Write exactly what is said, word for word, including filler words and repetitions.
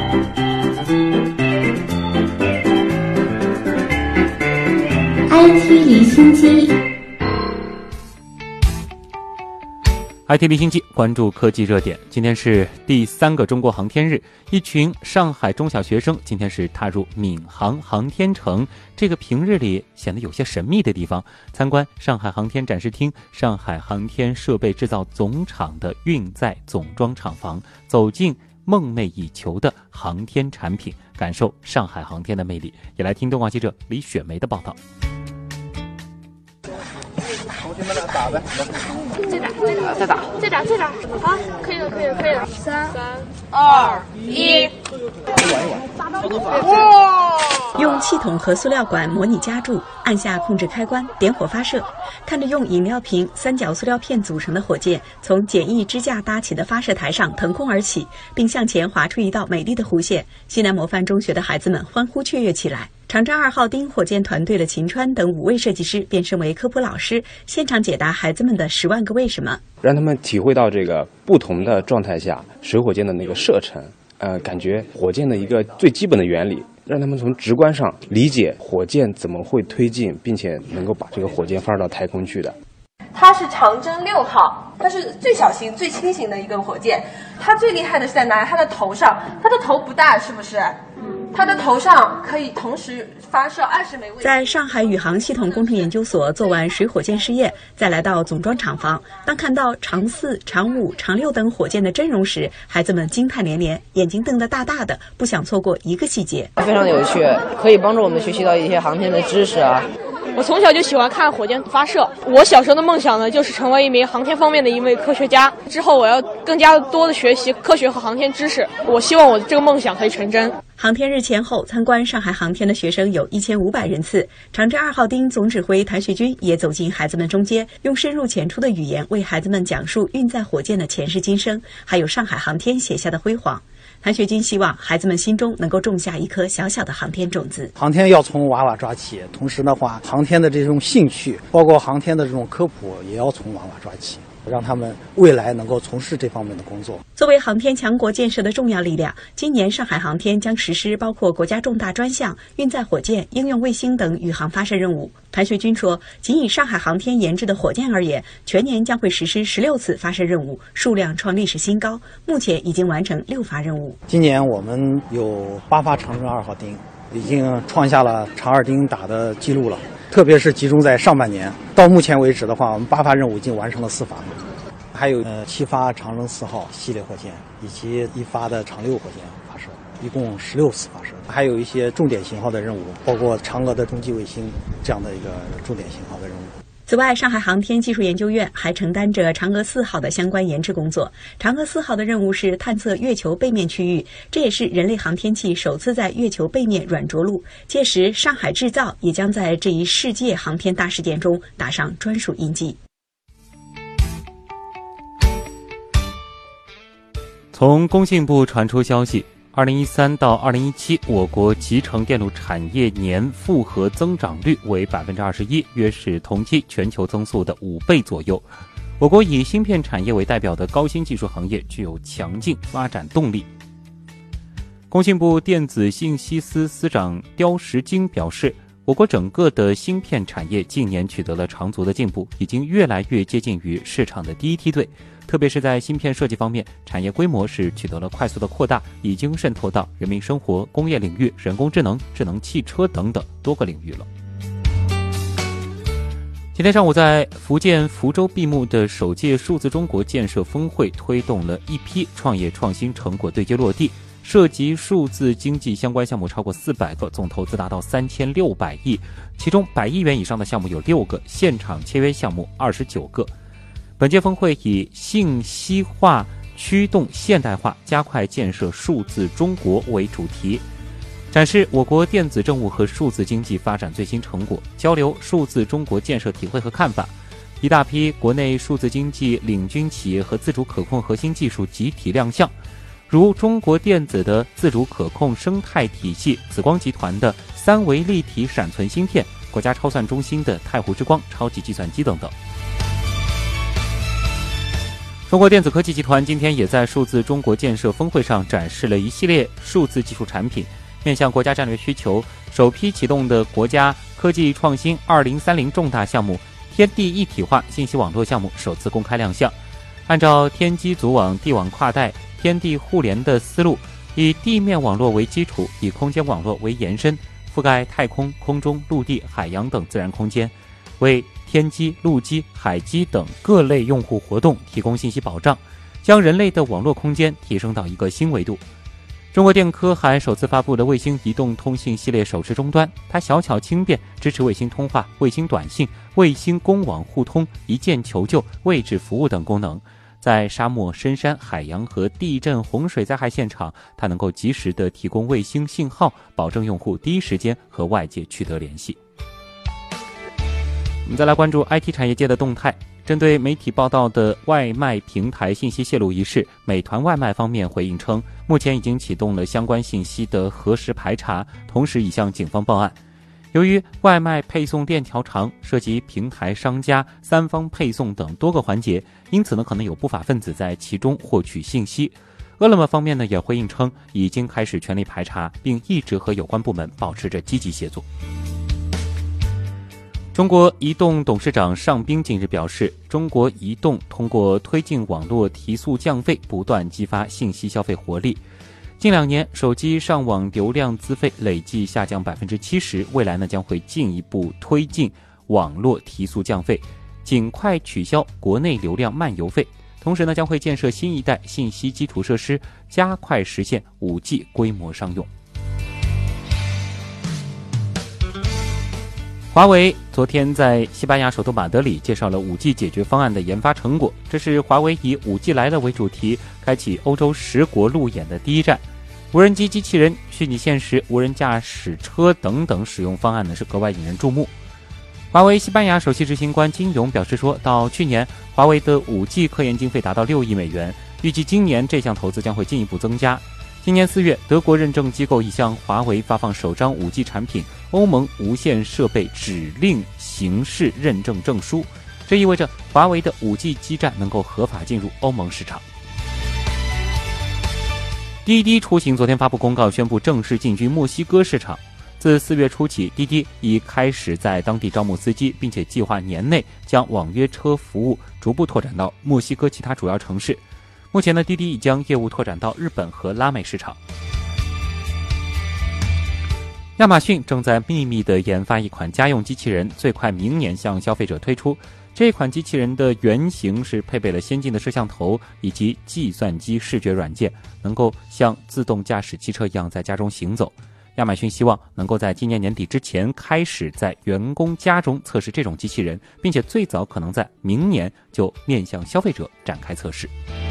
I T 离心机 I T 离心机，关注科技热点。今天是第三个中国航天日，一群上海中小学生今天是踏入闵行航天城这个平日里显得有些神秘的地方，参观上海航天展示厅、上海航天设备制造总厂的运载总装厂房，走进梦寐以求的航天产品，感受上海航天的魅力。也来听东广记者李雪梅的报道。 同学们来打呗， 再打，再打，再打，再打，再打，好，可以了，可以了，可以了，三、三、二、一， 玩一玩， 哇！ 用气筒和塑料管模拟加注，按下控制开关，点火发射。看着用饮料瓶、三角塑料片组成的火箭从简易支架搭起的发射台上腾空而起，并向前划出一道美丽的弧线，西南模范中学的孩子们欢呼雀跃起来。长征二号丁火箭团队的秦川等五位设计师变身为科普老师，现场解答孩子们的十万个为什么， 让他们体会到这个不同的状态下水火箭的那个射程，呃，感觉火箭的一个最基本的原理，让他们从直观上理解火箭怎么会推进，并且能够把这个火箭发射到太空去的。 它是长征六号，它是最小型、最轻型的一个火箭。它最厉害的是在哪里？它的头上，它的头不大，是不是？它的头上可以同时发射二十枚卫星。 在上海宇航系统工程研究所做完水火箭试验，再来到总装厂房，当看到长四、长五、长六等火箭的真容时，孩子们惊叹连连，眼睛瞪得大大的，不想错过一个细节。 非常有趣，可以帮助我们学习到一些航天的知识啊。 我从小就喜欢看火箭发射，我小时候的梦想呢，就是成为一名航天方面的一位科学家。之后我要更加多的学习科学和航天知识，我希望我的这个梦想可以成真。 航天日前后，参观上海航天的学生有一千五百人次。长征二号丁总指挥谭学军也走进孩子们中间，用深入浅出的语言为孩子们讲述运载火箭的前世今生，还有上海航天写下的辉煌。谭学军希望孩子们心中能够种下一颗小小的航天种子。 航天要从娃娃抓起，同时的话，航天的这种兴趣，包括航天的这种科普，也要从娃娃抓起，让他们未来能够从事这方面的工作。 作为航天强国建设的重要力量，今年上海航天将实施包括国家重大专项、运载火箭、应用卫星等宇航发射任务。谭学军说，仅以上海航天研制的火箭而言，全年将会实施十六次发射任务，数量创历史新高，目前已经完成六发任务。 今年我们有八发长征二号丁，已经创下了长二丁打的记录了。特别是集中在上半年，到目前为止的话，我们八发任务已经完成了四发，还有呃七发长征四号系列火箭以及一发的长六火箭发射，一共十六次发射。还有一些重点型号的任务，包括嫦娥的中继卫星这样的一个重点型号的任务。 此外，上海航天技术研究院还承担着嫦娥四号的相关研制工作。嫦娥四号的任务是探测月球背面区域，这也是人类航天器首次在月球背面软着陆。届时，上海制造也将在这一世界航天大事件中打上专属印记。 从工信部传出消息，二零一三到二零一七，我国集成电路产业年复合增长率为百分之二十一，约是同期全球增速的五倍左右。我国以芯片产业为代表的高新技术行业具有强劲发展动力。工信部电子信息司司长刁石京表示，我国整个的芯片产业近年取得了长足的进步，已经越来越接近于市场的第一梯队。特别是在芯片设计方面，产业规模是取得了快速的扩大，已经渗透到人民生活、工业领域、人工智能、智能汽车等等多个领域了。今天上午在福建福州闭幕的首届数字中国建设峰会，推动了一批创业创新成果对接落地，涉及数字经济相关项目超过四百个，总投资达到三千六百亿，其中百亿元以上的项目有六个，现场签约项目二十九个。本届峰会以信息化驱动现代化，加快建设数字中国为主题，展示我国电子政务和数字经济发展最新成果，交流数字中国建设体会和看法。一大批国内数字经济领军企业和自主可控核心技术集体亮相，如中国电子的自主可控生态体系、紫光集团的三维立体闪存芯片、国家超算中心的太湖之光超级计算机等等。 中国电子科技集团今天也在数字中国建设峰会上展示了一系列数字技术产品，面向国家战略需求，首批启动的国家科技创新二零三零重大项目天地一体化信息网络项目首次公开亮相。按照天基组网、地网跨带、天地互联的思路，以地面网络为基础，以空间网络为延伸，覆盖太空、空中、陆地、海洋等自然空间，为天基、陆基、海基等各类用户活动提供信息保障，将人类的网络空间提升到一个新维度。中国电科还首次发布了卫星移动通信系列手持终端，它小巧轻便，支持卫星通话、卫星短信、卫星公网互通、一键求救、位置服务等功能。在沙漠、深山、海洋和地震、洪水灾害现场，它能够及时地提供卫星信号，保证用户第一时间和外界取得联系。我们再来关注 I T 产业界的动态。针对媒体报道的外卖平台信息泄露一事，美团外卖方面回应称，目前已经启动了相关信息的核实排查，同时已向警方报案。由于外卖配送链条长，涉及平台、商家、三方配送等多个环节，因此呢，可能有不法分子在其中获取信息。饿了么方面呢，也回应称，已经开始全力排查，并一直和有关部门保持着积极协作。中国移动董事长尚彬近日表示，中国移动通过推进网络提速降费，不断激发信息消费活力。近两年，手机上网流量资费累计下降百分之七十，未来呢将会进一步推进网络提速降费，尽快取消国内流量漫游费。同时呢，将会建设新一代信息基础设施，加快实现 五 G 规模商用。华为昨天在西班牙首都马德里介绍了 五 G 解决方案的研发成果，这是华为以 五 G 来了为主题，开启欧洲十国路演的第一站。无人机、机器人、虚拟现实、无人驾驶车等等使用方案呢是格外引人注目。华为西班牙首席执行官金勇表示说，到去年，华为的 五 G 科研经费达到六亿美元，预计今年这项投资将会进一步增加。今年四月，德国认证机构已向华为发放首张 五 G 产品欧盟无线设备指令形式认证证书，这意味着华为的 五 G 基站能够合法进入欧盟市场。滴滴出行昨天发布公告，宣布正式进军墨西哥市场。自四月初起，滴滴已开始在当地招募司机，并且计划年内将网约车服务逐步拓展到墨西哥其他主要城市。目前呢，滴滴已将业务拓展到日本和拉美市场。亚马逊正在秘密地研发一款家用机器人，最快明年向消费者推出。这款机器人的原型是配备了先进的摄像头以及计算机视觉软件，能够像自动驾驶汽车一样在家中行走。亚马逊希望能够在今年年底之前开始在员工家中测试这种机器人，并且最早可能在明年就面向消费者展开测试。